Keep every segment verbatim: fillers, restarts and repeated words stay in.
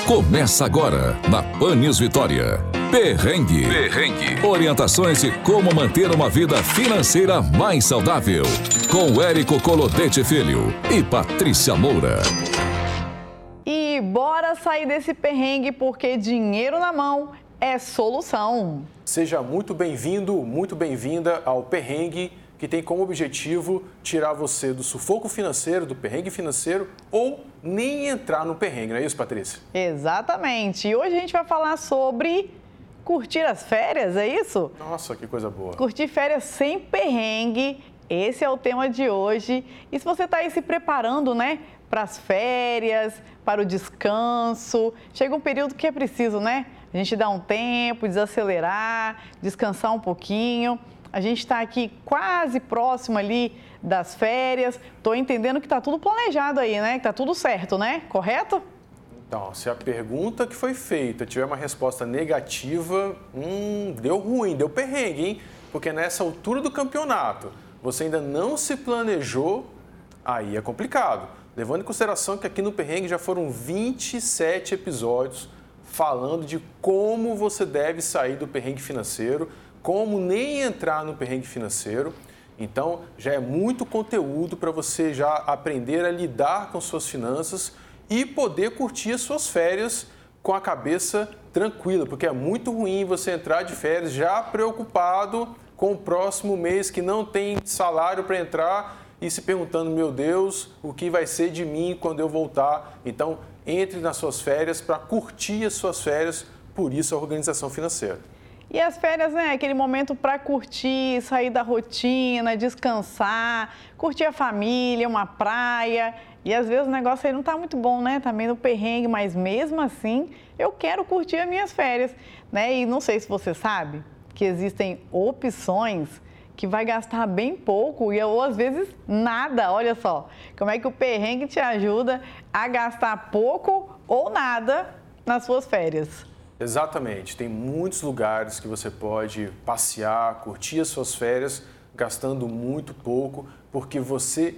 Começa agora, na Pan News Vitória. Perrengue. Perrengue. Orientações de como manter uma vida financeira mais saudável. Com Érico Colodete Filho e Patrícia Moura. E bora sair desse perrengue, porque dinheiro na mão é solução. Seja muito bem-vindo, muito bem-vinda ao Perrengue, que tem como objetivo tirar você do sufoco financeiro, do perrengue financeiro, ou nem entrar no perrengue, não é isso, Patrícia? Exatamente. E hoje a gente vai falar sobre curtir as férias, é isso? Nossa, que coisa boa. Curtir férias sem perrengue, esse é o tema de hoje. E se você está aí se preparando, né, para as férias, para o descanso, chega um período que é preciso, né? A gente dá um tempo, desacelerar, descansar um pouquinho. A gente está aqui quase próximo ali das férias. Estou entendendo que está tudo planejado aí, né? Que está tudo certo, né? Correto? Então, se a pergunta que foi feita tiver uma resposta negativa, hum, deu ruim, deu perrengue, hein? Porque nessa altura do campeonato, você ainda não se planejou, aí é complicado. Levando em consideração que aqui no Perrengue já foram vinte e sete episódios falando de como você deve sair do perrengue financeiro, como nem entrar no perrengue financeiro. Então, já é muito conteúdo para você já aprender a lidar com suas finanças e poder curtir as suas férias com a cabeça tranquila, porque é muito ruim você entrar de férias já preocupado com o próximo mês, que não tem salário para entrar e se perguntando, meu Deus, o que vai ser de mim quando eu voltar? Então, entre nas suas férias para curtir as suas férias, por isso a organização financeira. E as férias, né? Aquele momento para curtir, sair da rotina, descansar, curtir a família, uma praia. E às vezes o negócio aí não tá muito bom, né? Tá meio no perrengue, mas mesmo assim eu quero curtir as minhas férias, né? E não sei se você sabe que existem opções que vai gastar bem pouco e ou às vezes nada. Olha só, como é que o perrengue te ajuda a gastar pouco ou nada nas suas férias. Exatamente, tem muitos lugares que você pode passear, curtir as suas férias, gastando muito pouco, porque você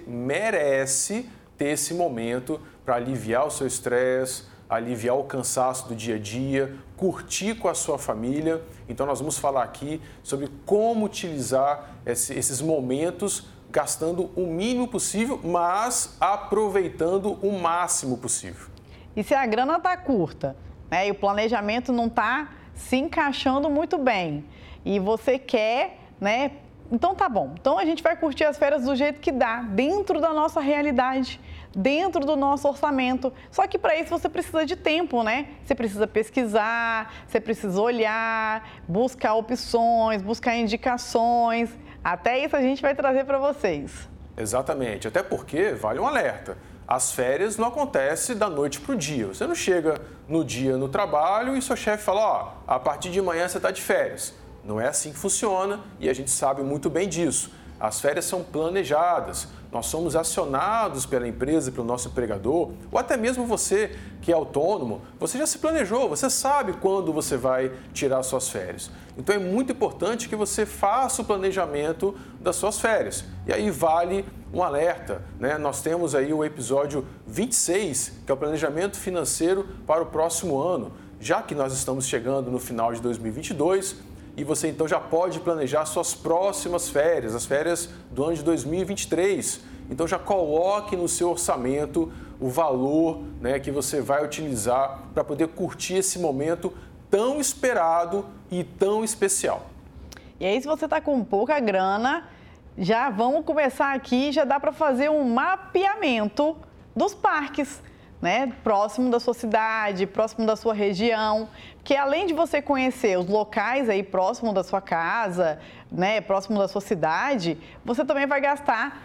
merece ter esse momento para aliviar o seu estresse, aliviar o cansaço do dia a dia, curtir com a sua família. Então nós vamos falar aqui sobre como utilizar esses momentos gastando o mínimo possível, mas aproveitando o máximo possível. E se a grana está curta, né, e o planejamento não está se encaixando muito bem e você quer, né? Então tá bom. Então a gente vai curtir as férias do jeito que dá, dentro da nossa realidade, dentro do nosso orçamento. Só que para isso você precisa de tempo, né? Você precisa pesquisar, você precisa olhar, buscar opções, buscar indicações. Até isso a gente vai trazer para vocês. Exatamente. Até porque, vale um alerta, as férias não acontecem da noite para o dia. Você não chega no dia no trabalho e seu chefe fala, ó, a partir de manhã você está de férias. Não é assim que funciona e a gente sabe muito bem disso. As férias são planejadas, nós somos acionados pela empresa, pelo nosso empregador, ou até mesmo você que é autônomo, você já se planejou, você sabe quando você vai tirar suas férias. Então é muito importante que você faça o planejamento das suas férias. E aí vale um alerta, né? Nós temos aí o episódio vinte e seis, que é o planejamento financeiro para o próximo ano, já que nós estamos chegando no final de dois mil e vinte e dois, e você então já pode planejar suas próximas férias, as férias do ano de dois mil e vinte e três. Então já coloque no seu orçamento o valor, né, que você vai utilizar para poder curtir esse momento tão esperado e tão especial. E aí, se você está com pouca grana, já vamos começar aqui, já dá para fazer um mapeamento dos parques, né, próximo da sua cidade, próximo da sua região, que além de você conhecer os locais aí próximo da sua casa, né, próximo da sua cidade, você também vai gastar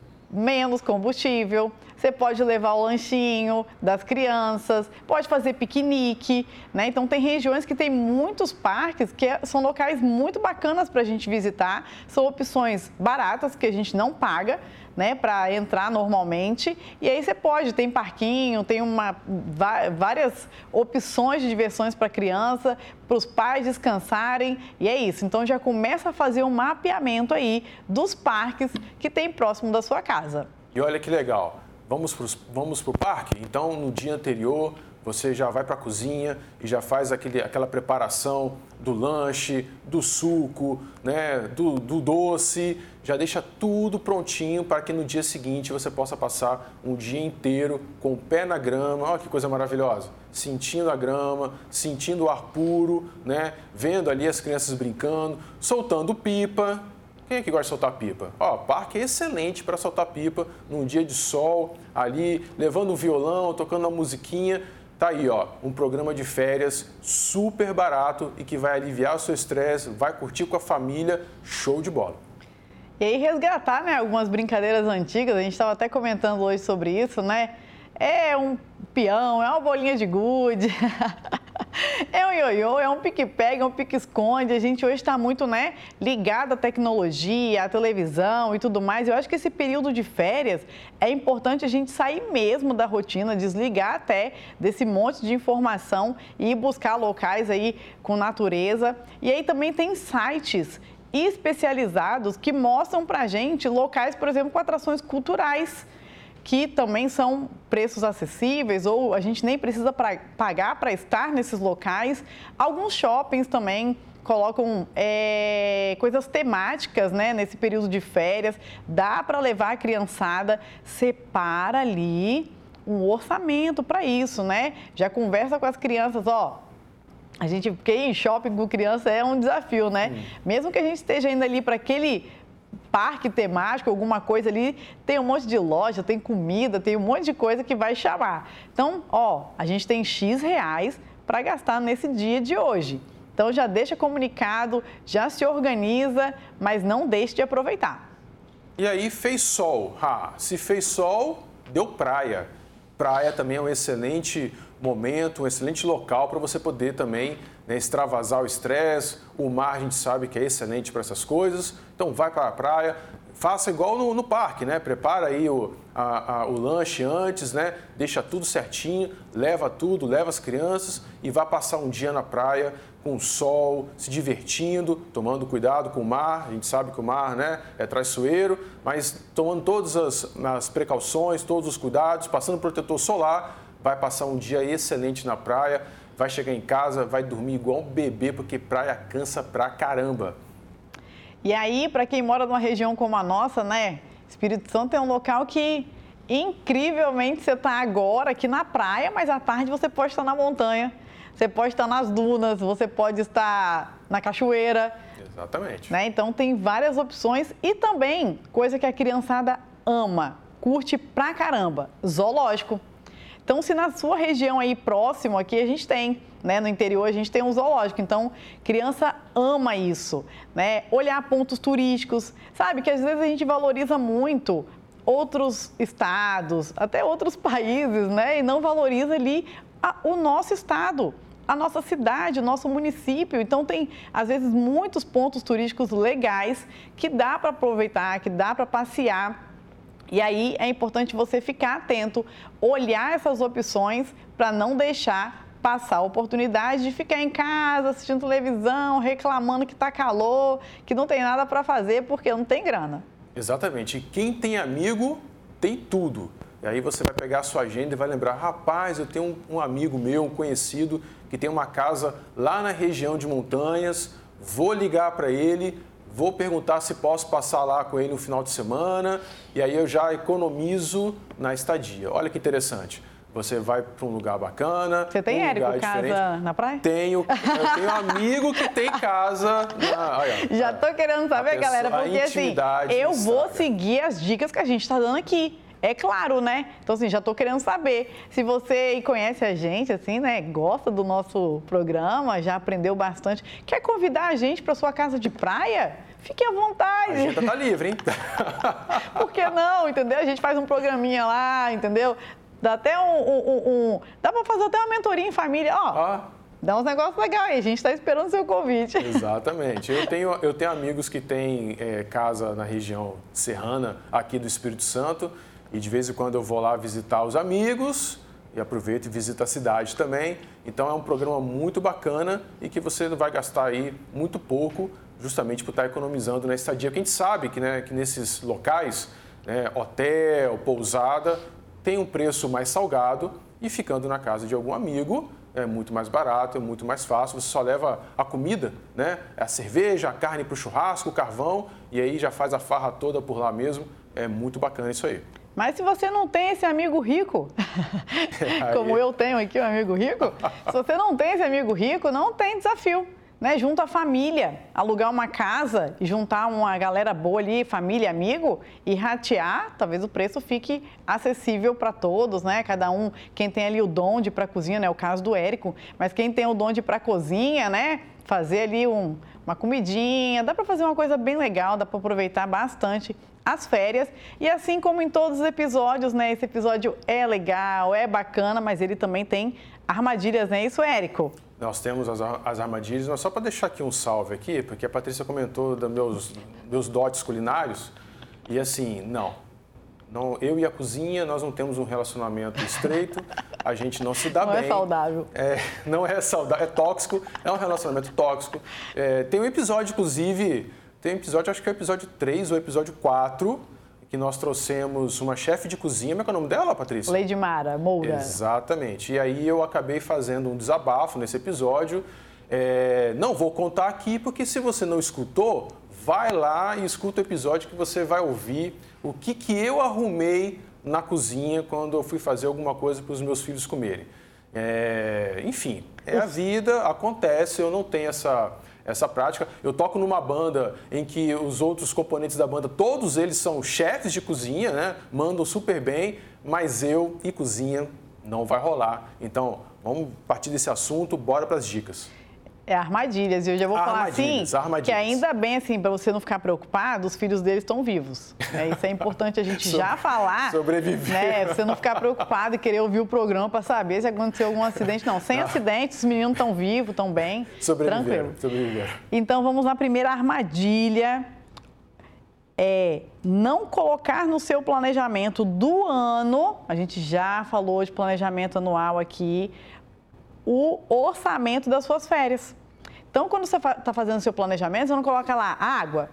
menos combustível. Você pode levar o lanchinho das crianças, pode fazer piquenique, né? Então tem regiões que tem muitos parques que são locais muito bacanas para a gente visitar, são opções baratas que a gente não paga, né, para entrar normalmente. E aí você pode, tem parquinho, tem uma, várias opções de diversões para a criança, para os pais descansarem, e é isso. Então já começa a fazer um mapeamento aí dos parques que tem próximo da sua casa. E olha que legal, vamos para vamos pro parque? Então no dia anterior você já vai para a cozinha e já faz aquele, aquela preparação do lanche, do suco, né, do, do doce, já deixa tudo prontinho para que no dia seguinte você possa passar um dia inteiro com o pé na grama. Olha que coisa maravilhosa, sentindo a grama, sentindo o ar puro, né, vendo ali as crianças brincando, soltando pipa. Quem é que gosta de soltar pipa? Ó, parque é excelente para soltar pipa num dia de sol, ali, levando um violão, tocando uma musiquinha. Tá aí, ó, um programa de férias super barato e que vai aliviar o seu estresse, vai curtir com a família, show de bola. E aí resgatar, né, algumas brincadeiras antigas, a gente estava até comentando hoje sobre isso, né? É um peão, é uma bolinha de gude, é um ioiô, é um pique-pega, é um pique-esconde. A gente hoje está muito, né, ligado à tecnologia, à televisão e tudo mais. Eu acho que esse período de férias é importante a gente sair mesmo da rotina, desligar até desse monte de informação e ir buscar locais aí com natureza. E aí também tem sites especializados que mostram pra gente locais, por exemplo, com atrações culturais, que também são preços acessíveis ou a gente nem precisa pra, pagar para estar nesses locais. Alguns shoppings também colocam é, coisas temáticas, né, nesse período de férias. Dá para levar a criançada, separa ali um orçamento para isso, né? Já conversa com as crianças, ó. A gente, porque ir em shopping com criança é um desafio, né? Hum. Mesmo que a gente esteja indo ali para aquele parque temático, alguma coisa ali, tem um monte de loja, tem comida, tem um monte de coisa que vai chamar. Então, ó, a gente tem X reais para gastar nesse dia de hoje. Então, já deixa comunicado, já se organiza, mas não deixe de aproveitar. E aí, fez sol. Ah, se fez sol, deu praia. Praia também é um excelente momento, um excelente local para você poder também, né, extravasar o estresse. O mar a gente sabe que é excelente para essas coisas, então vai para a praia, faça igual no, no parque, né? Prepara aí o, a, a, o lanche antes, né? Deixa tudo certinho, leva tudo, leva as crianças e vá passar um dia na praia com o sol, se divertindo, tomando cuidado com o mar. A gente sabe que o mar, né, é traiçoeiro, mas tomando todas as, as precauções, todos os cuidados, passando protetor solar, vai passar um dia excelente na praia, vai chegar em casa, vai dormir igual um bebê, porque praia cansa pra caramba. E aí, para quem mora numa região como a nossa, né, Espírito Santo é um local que, incrivelmente, você está agora aqui na praia, mas à tarde você pode estar na montanha, você pode estar nas dunas, você pode estar na cachoeira. Exatamente. Né? Então, tem várias opções e também, coisa que a criançada ama, curte pra caramba, zoológico. Então, se na sua região aí próximo, aqui a gente tem, né? No interior a gente tem um zoológico, então criança ama isso, né? Olhar pontos turísticos, sabe? Que às vezes a gente valoriza muito outros estados, até outros países, né? E não valoriza ali a, o nosso estado, a nossa cidade, o nosso município. Então, tem, às vezes, muitos pontos turísticos legais que dá para aproveitar, que dá para passear. E aí é importante você ficar atento, olhar essas opções para não deixar passar a oportunidade de ficar em casa, assistindo televisão, reclamando que está calor, que não tem nada para fazer porque não tem grana. Exatamente. E quem tem amigo, tem tudo. E aí você vai pegar a sua agenda e vai lembrar, rapaz, eu tenho um, um amigo meu, um conhecido, que tem uma casa lá na região de montanhas, vou ligar para ele, vou perguntar se posso passar lá com ele no final de semana e aí eu já economizo na estadia. Olha que interessante. Você vai para um lugar bacana. Você tem, um Érico, lugar casa diferente. na praia? Tenho. Eu tenho um amigo que tem casa na... Olha, já tô querendo saber, pessoa, galera, porque assim, eu vou seguir as dicas que a gente está dando aqui. É claro, né? Então, assim, já tô querendo saber. Se você conhece a gente, assim, né? Gosta do nosso programa, já aprendeu bastante. Quer convidar a gente para sua casa de praia? Fique à vontade. A gente tá livre, hein? Por que não, entendeu? A gente faz um programinha lá, entendeu? Dá até um... um, um, um dá para fazer até uma mentoria em família. Ó, ah. Dá uns negócios legais aí. A gente está esperando o seu convite. Exatamente. Eu tenho, eu tenho amigos que têm é, casa na região serrana aqui do Espírito Santo. E de vez em quando eu vou lá visitar os amigos e aproveito e visito a cidade também. Então é um programa muito bacana e que você vai gastar aí muito pouco, justamente por estar economizando na estadia. Porque a gente sabe que, né, que nesses locais, né, hotel, pousada, tem um preço mais salgado E ficando na casa de algum amigo, é muito mais barato, é muito mais fácil. Você só leva a comida, né? A cerveja, a carne para o churrasco, o carvão, e aí já faz a farra toda por lá mesmo. É muito bacana isso aí. Mas se você não tem esse amigo rico, como eu tenho aqui um amigo rico, se você não tem esse amigo rico, não tem desafio. Né, junta a família, alugar uma casa e juntar uma galera boa ali, família, amigo, e ratear, talvez o preço fique acessível para todos, né? Cada um, quem tem ali o dom de ir para a cozinha, né? É o caso do Érico, mas quem tem o dom de ir para a cozinha, né? Fazer ali um, uma comidinha, dá para fazer uma coisa bem legal, dá para aproveitar bastante as férias. E assim como em todos os episódios, né? Esse episódio é legal, é bacana, mas ele também tem armadilhas, né? Isso, Érico? Nós temos as, as armadilhas, mas só para deixar aqui um salve aqui, porque a Patrícia comentou dos meus, meus dotes culinários, e assim, não, não, eu e a cozinha, nós não temos um relacionamento estreito, a gente não se dá não bem. Não é saudável. É, não é saudável, é tóxico, é um relacionamento tóxico. É, tem um episódio, inclusive, tem um episódio, acho que é o episódio três ou episódio quatro, que nós trouxemos uma chefe de cozinha, como é que é o nome dela, Patrícia? Leidmara Moura. Exatamente. E aí eu acabei fazendo um desabafo nesse episódio. É, não vou contar aqui, porque se você não escutou, vai lá e escuta o episódio que você vai ouvir o que, que eu arrumei na cozinha quando eu fui fazer alguma coisa para os meus filhos comerem. É, enfim, é a vida, acontece, eu não tenho essa... essa prática. Eu toco numa banda em que os outros componentes da banda, todos eles são chefes de cozinha, né? Mandam super bem, mas eu e cozinha não vai rolar. Então, vamos partir desse assunto, bora para as dicas. É armadilhas, e eu já vou falar assim, que ainda bem assim, para você não ficar preocupado, os filhos deles estão vivos. É, isso é importante a gente já falar. Sobreviver. Né, você não ficar preocupado e querer ouvir o programa para saber se aconteceu algum acidente. Não, sem não. acidente, os meninos estão vivos, estão bem, tranquilo. Sobreviver. Então, vamos na primeira armadilha. É não colocar no seu planejamento do ano, a gente já falou de planejamento anual aqui, o orçamento das suas férias. Então, quando você está fazendo o seu planejamento, você não coloca lá água,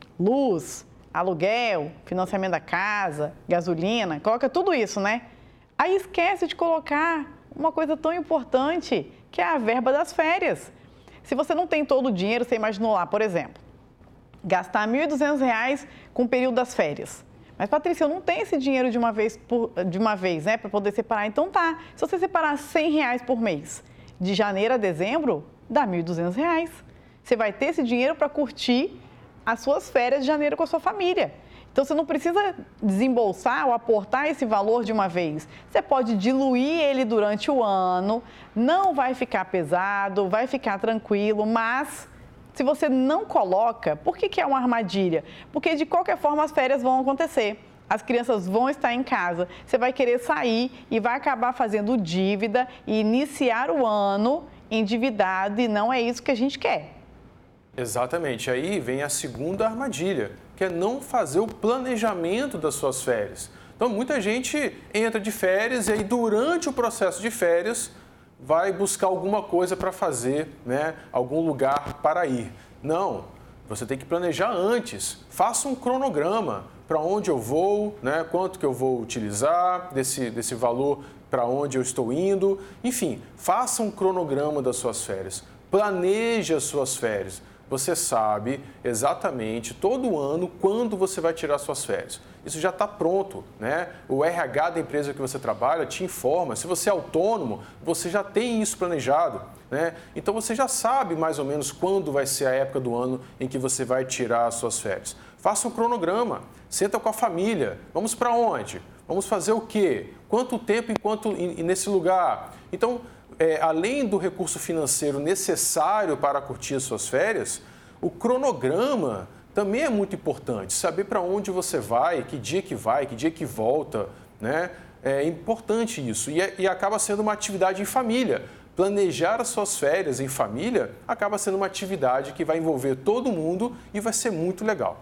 luz, aluguel, financiamento da casa, gasolina, coloca tudo isso, né? Aí esquece de colocar uma coisa tão importante, que é a verba das férias. Se você não tem todo o dinheiro, você imaginou lá, por exemplo, gastar mil e duzentos reais com o período das férias. Mas, Patrícia, eu não tenho esse dinheiro de uma vez, por, de uma vez, né, para poder separar. Então tá, se você separar cem reais por mês, de janeiro a dezembro, dá mil e duzentos reais. Você vai ter esse dinheiro para curtir as suas férias de janeiro com a sua família. Então, você não precisa desembolsar ou aportar esse valor de uma vez. Você pode diluir ele durante o ano, não vai ficar pesado, vai ficar tranquilo, mas... se você não coloca, por que que é uma armadilha? Porque de qualquer forma as férias vão acontecer, as crianças vão estar em casa, você vai querer sair e vai acabar fazendo dívida e iniciar o ano endividado e não é isso que a gente quer. Exatamente, aí vem a segunda armadilha, que é não fazer o planejamento das suas férias. Então muita gente entra de férias e aí durante o processo de férias vai buscar alguma coisa para fazer, né? Algum lugar para ir. Não, você tem que planejar antes. Faça um cronograma para onde eu vou, né? Quanto que eu vou utilizar desse, desse valor para onde eu estou indo. Enfim, faça um cronograma das suas férias. Planeje as suas férias. Você sabe exatamente todo ano quando você vai tirar suas férias. Isso já está pronto, né? O R H da empresa que você trabalha te informa. Se você é autônomo, você já tem isso planejado, né? Então você já sabe mais ou menos quando vai ser a época do ano em que você vai tirar as suas férias. Faça um cronograma, senta com a família. Vamos para onde? Vamos fazer o quê? Quanto tempo enquanto nesse lugar? Então, É, além do recurso financeiro necessário para curtir as suas férias, o cronograma também é muito importante. Saber para onde você vai, que dia que vai, que dia que volta, né? É importante isso e, é, e acaba sendo uma atividade em família. Planejar as suas férias em família acaba sendo uma atividade que vai envolver todo mundo e vai ser muito legal.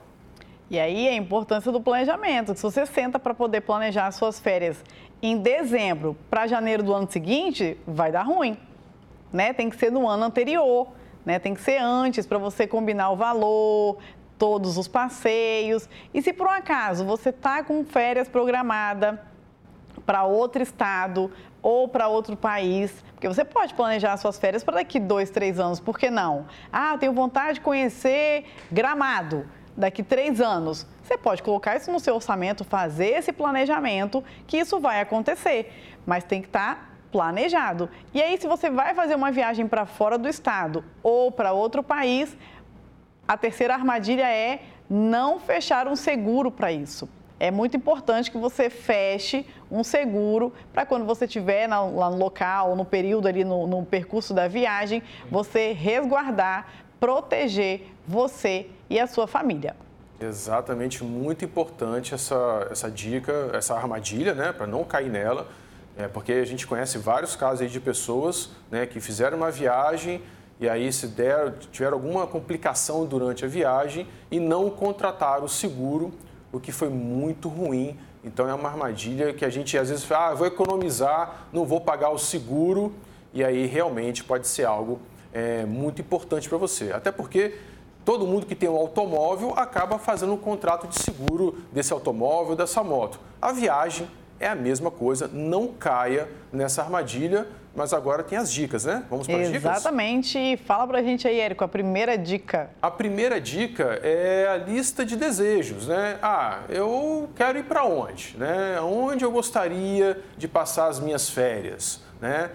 E aí a importância do planejamento. Se você senta para poder planejar as suas férias em dezembro para janeiro do ano seguinte, vai dar ruim, né? Tem que ser no ano anterior, né? Tem que ser antes para você combinar o valor, todos os passeios. E se por um acaso você está com férias programada para outro estado, ou para outro país. Porque você pode planejar suas férias para daqui dois, três anos, por que não? Ah, eu tenho vontade de conhecer Gramado daqui três anos. Você pode colocar isso no seu orçamento, fazer esse planejamento, que isso vai acontecer, mas tem que estar planejado. E aí, se você vai fazer uma viagem para fora do estado ou para outro país, a terceira armadilha é não fechar um seguro para isso. É muito importante que você feche um seguro para quando você estiver lá no local, no período ali, no, no percurso da viagem, você resguardar, proteger você e a sua família. Exatamente, muito importante essa, essa dica, essa armadilha, né, para não cair nela, é, porque a gente conhece vários casos aí de pessoas, né, que fizeram uma viagem e aí se der, tiveram alguma complicação durante a viagem e não contrataram o seguro, o que foi muito ruim. Então é uma armadilha que a gente às vezes fala, ah, vou economizar, não vou pagar o seguro, e aí realmente pode ser algo é, muito importante para você. Até porque todo mundo que tem um automóvel acaba fazendo um contrato de seguro desse automóvel, dessa moto. A viagem é a mesma coisa, não caia nessa armadilha, mas agora tem as dicas, né? Vamos para as dicas? Exatamente. Fala pra gente aí, Érico, a primeira dica. A primeira dica é a lista de desejos, né? Ah, eu quero ir para onde, né? Onde eu gostaria de passar as minhas férias, né?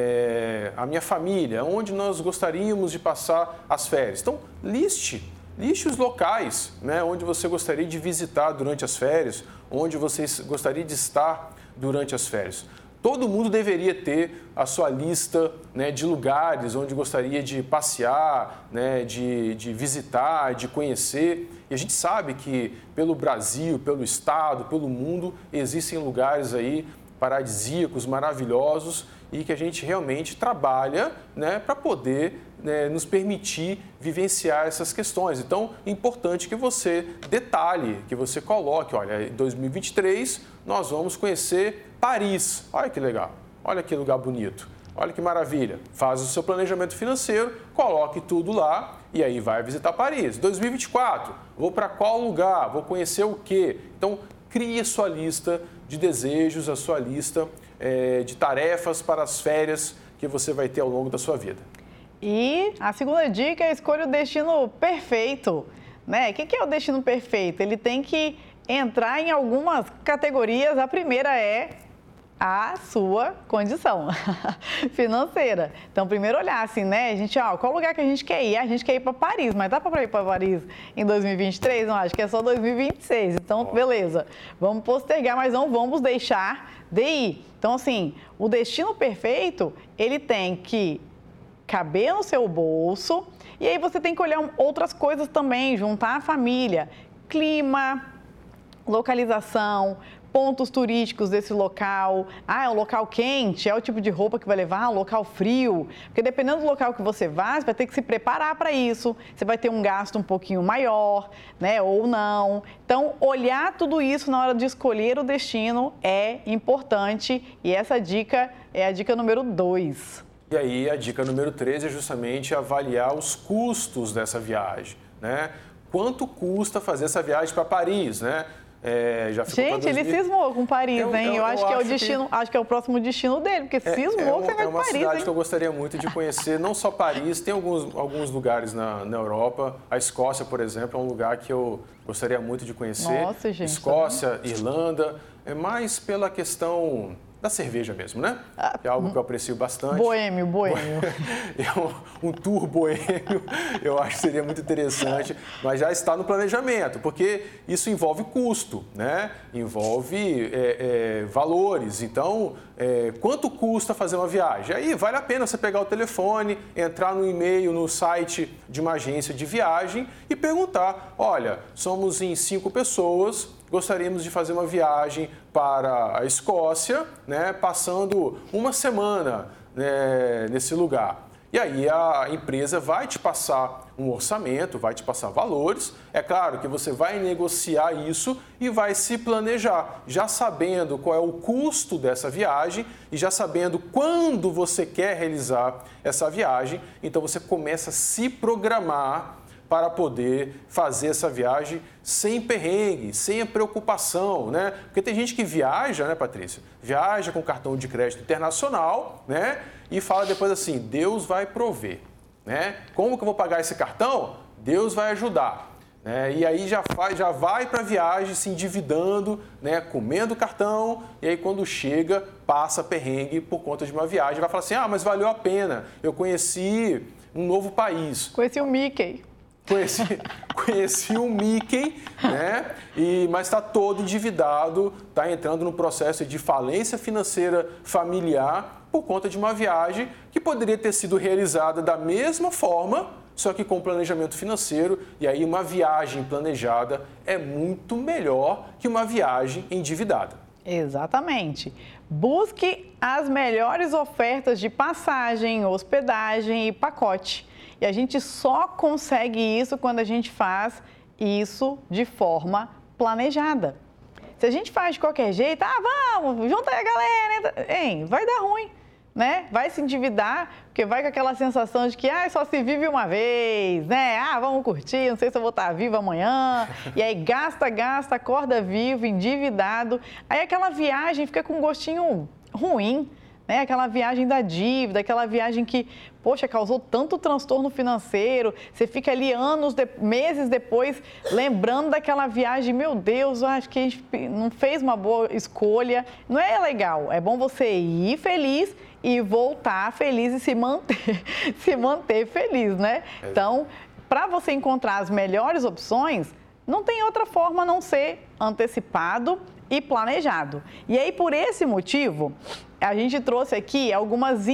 É, a minha família, onde nós gostaríamos de passar as férias. Então, liste, liste os locais, né? Onde você gostaria de visitar durante as férias, onde você gostaria de estar durante as férias. Todo mundo deveria ter a sua lista, né, de lugares onde gostaria de passear, né, de, de visitar, de conhecer. E a gente sabe que pelo Brasil, pelo estado, pelo mundo, existem lugares aí paradisíacos, maravilhosos e que a gente realmente trabalha, né, para poder, né, nos permitir vivenciar essas questões. Então, é importante que você detalhe, que você coloque, olha, em dois mil e vinte e três nós vamos conhecer Paris. Olha que legal, olha que lugar bonito, olha que maravilha. Faz o seu planejamento financeiro, coloque tudo lá e aí vai visitar Paris. dois mil e vinte e quatro, vou para qual lugar? Vou conhecer o quê? Então, crie a sua lista de desejos, a sua lista é, de tarefas para as férias que você vai ter ao longo da sua vida. E a segunda dica é escolha o destino perfeito, né? O que é o destino perfeito? Ele tem que entrar em algumas categorias. A primeira é a sua condição financeira. Então, primeiro olhar assim, né? A gente, ó, qual lugar que a gente quer ir? A gente quer ir para Paris, mas dá para ir para Paris em dois mil e vinte e três? Não, acho que é só dois mil e vinte e seis. Então, beleza. Vamos postergar, mas não vamos deixar de ir. Então, assim, o destino perfeito, ele tem que caber no seu bolso e aí você tem que olhar outras coisas também, juntar a família, clima, localização, pontos turísticos desse local. Ah, é um local quente, é o tipo de roupa que vai levar, um local frio. Porque dependendo do local que você vai, você vai ter que se preparar para isso. Você vai ter um gasto um pouquinho maior, né, ou não. Então, olhar tudo isso na hora de escolher o destino é importante e essa dica é a dica número dois. E aí, a dica número três é justamente avaliar os custos dessa viagem, né? Quanto custa fazer essa viagem para Paris, né? É, já Gente, ele cismou com Paris, eu, hein? Eu, eu, eu acho, que é o destino, que... acho que é o próximo destino dele, porque é, cismou é, um, que você vai é uma para Paris, cidade hein? que eu gostaria muito de conhecer, não só Paris, tem alguns, alguns lugares na, na Europa. A Escócia, por exemplo, é um lugar que eu gostaria muito de conhecer. Nossa, gente. Escócia, tá, Irlanda, é mais pela questão da cerveja mesmo, né? É algo que eu aprecio bastante. Boêmio, boêmio. É um, um tour boêmio, eu acho que seria muito interessante, mas já está no planejamento, porque isso envolve custo, né? Envolve é, é, valores. Então, é, quanto custa fazer uma viagem? Aí vale a pena você pegar o telefone, entrar no e-mail, no site de uma agência de viagem e perguntar, olha, somos em cinco pessoas, gostaríamos de fazer uma viagem para a Escócia, né, passando uma semana, né, nesse lugar. E aí a empresa vai te passar um orçamento, vai te passar valores. É claro que você vai negociar isso e vai se planejar, já sabendo qual é o custo dessa viagem e já sabendo quando você quer realizar essa viagem. Então você começa a se programar para poder fazer essa viagem sem perrengue, sem a preocupação, né? Porque tem gente que viaja, né, Patrícia? Viaja com cartão de crédito internacional, né? E fala depois assim, Deus vai prover, né? Como que eu vou pagar esse cartão? Deus vai ajudar. É, e aí já, faz, já vai para a viagem se endividando, né, comendo cartão, e aí quando chega, passa perrengue por conta de uma viagem. Vai falar assim, ah, mas valeu a pena, eu conheci um novo país. Conheci o Mickey. Conheci, conheci o Mickey, né, e, mas está todo endividado, está entrando no processo de falência financeira familiar por conta de uma viagem que poderia ter sido realizada da mesma forma, só que com planejamento financeiro, e aí uma viagem planejada é muito melhor que uma viagem endividada. Exatamente. Busque as melhores ofertas de passagem, hospedagem e pacote. E a gente só consegue isso quando a gente faz isso de forma planejada. Se a gente faz de qualquer jeito, ah, vamos, junta aí a galera, hein, vai dar ruim. Né? Vai se endividar, porque vai com aquela sensação de que ah, só se vive uma vez, né? Ah, vamos curtir, não sei se eu vou estar vivo amanhã. E aí gasta, gasta, acorda vivo, endividado. Aí aquela viagem fica com um gostinho ruim, né? Aquela viagem da dívida, aquela viagem que, poxa, causou tanto transtorno financeiro. Você fica ali anos, de, meses depois, lembrando daquela viagem. Meu Deus, eu acho que a gente não fez uma boa escolha. Não é legal, é bom você ir feliz e voltar feliz e se manter, se manter feliz, né? Então, para você encontrar as melhores opções, não tem outra forma a não ser antecipado e planejado. E aí, por esse motivo, a gente trouxe aqui algumas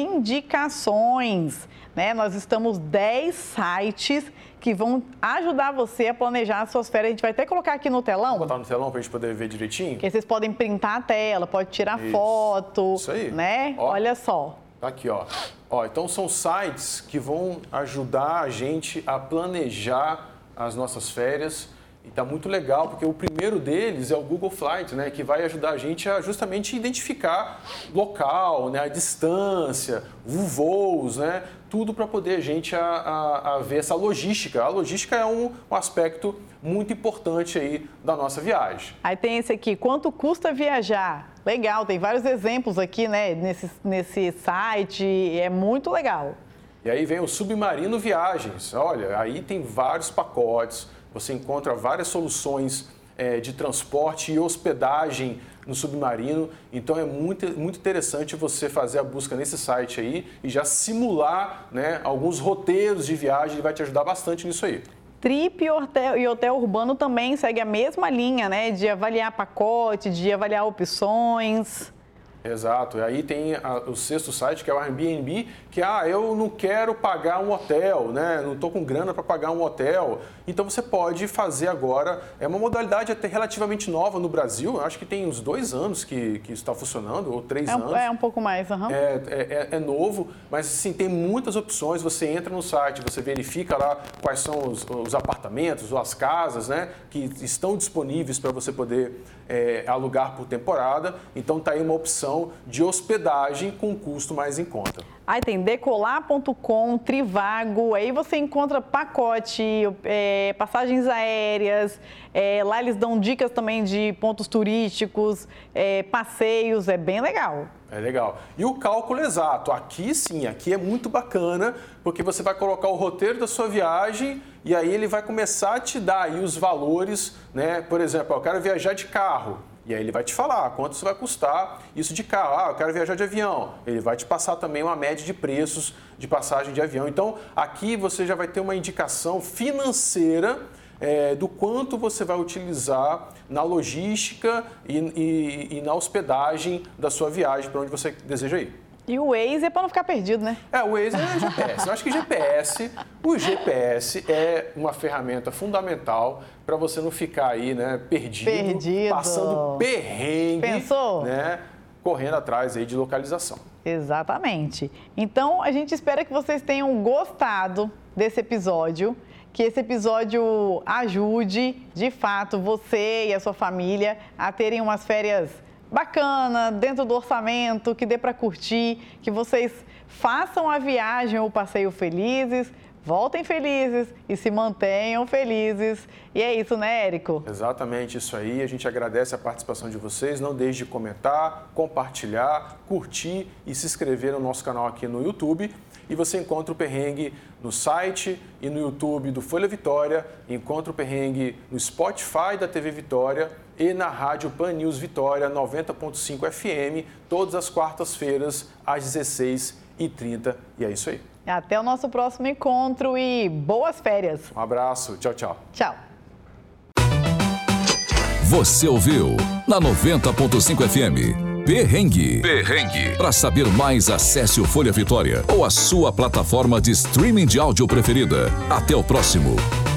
indicações, né? Nós estamos dez sites que vão ajudar você a planejar as suas férias. A gente vai até colocar aqui no telão. Vou botar no telão para a gente poder ver direitinho. Que vocês podem printar a tela, pode tirar Isso. foto. Isso aí. Né? Ó, olha só. Tá aqui, ó. Ó. Então, são sites que vão ajudar a gente a planejar as nossas férias. E está muito legal, porque o primeiro deles é o Google Flights, né, que vai ajudar a gente a justamente identificar local, né, a distância, voos, né, tudo para poder a gente a, a, a ver essa logística. A logística é um, um aspecto muito importante aí da nossa viagem. Aí tem esse aqui, quanto custa viajar? Legal, tem vários exemplos aqui, né, nesse, nesse site, é muito legal. E aí vem o Submarino Viagens. Olha, aí tem vários pacotes. Você encontra várias soluções é, de transporte e hospedagem no submarino. Então é muito, muito interessante você fazer a busca nesse site aí e já simular, né, alguns roteiros de viagem. Ele vai te ajudar bastante nisso aí. Trip e hotel, e hotel urbano também segue a mesma linha, né? De avaliar pacote, de avaliar opções. Exato. E aí tem a, o sexto site, que é o Airbnb, que ah, eu não quero pagar um hotel, né? Não estou com grana para pagar um hotel. Então você pode fazer agora, é uma modalidade até relativamente nova no Brasil, eu acho que tem uns dois anos que, que isso está funcionando, ou três é um, anos. É um pouco mais, uhum. é, é, é novo, mas assim, tem muitas opções, você entra no site, você verifica lá quais são os, os apartamentos ou as casas, né? Que estão disponíveis para você poder é, alugar por temporada. Então está aí uma opção de hospedagem com custo mais em conta. Aí tem decolar ponto com, Trivago, aí você encontra pacote, é, passagens aéreas, é, lá eles dão dicas também de pontos turísticos, é, passeios, é bem legal. É legal. E o cálculo exato, aqui sim, aqui é muito bacana, porque você vai colocar o roteiro da sua viagem e aí ele vai começar a te dar aí os valores, né? Por exemplo, eu quero viajar de carro. E aí ele vai te falar quanto isso vai custar isso de carro. Ah, eu quero viajar de avião. Ele vai te passar também uma média de preços de passagem de avião. Então, aqui você já vai ter uma indicação financeira é, do quanto você vai utilizar na logística e, e, e na hospedagem da sua viagem para onde você deseja ir. E o Waze é para não ficar perdido, né? É, o Waze é G P S. Eu acho que G P S, o G P S é uma ferramenta fundamental para você não ficar aí, né, perdido, perdido, passando perrengue, Pensou? né, correndo atrás aí de localização. Exatamente. Então, a gente espera que vocês tenham gostado desse episódio, que esse episódio ajude, de fato, você e a sua família a terem umas férias bacana, dentro do orçamento, que dê para curtir, que vocês façam a viagem ou o passeio felizes, voltem felizes e se mantenham felizes. E é isso, né, Érico? Exatamente isso aí. A gente agradece a participação de vocês. Não deixe de comentar, compartilhar, curtir e se inscrever no nosso canal aqui no YouTube. E você encontra o Perrengue no site e no YouTube do Folha Vitória, encontra o Perrengue no Spotify da T V Vitória e na Rádio Pan News Vitória noventa ponto cinco F M, todas as quartas-feiras, às dezesseis e trinta. E é isso aí. Até o nosso próximo encontro e boas férias. Um abraço. Tchau, tchau. Tchau. Você ouviu na noventa ponto cinco F M. Perrengue. Perrengue. Para saber mais, acesse o Folha Vitória ou a sua plataforma de streaming de áudio preferida. Até o próximo.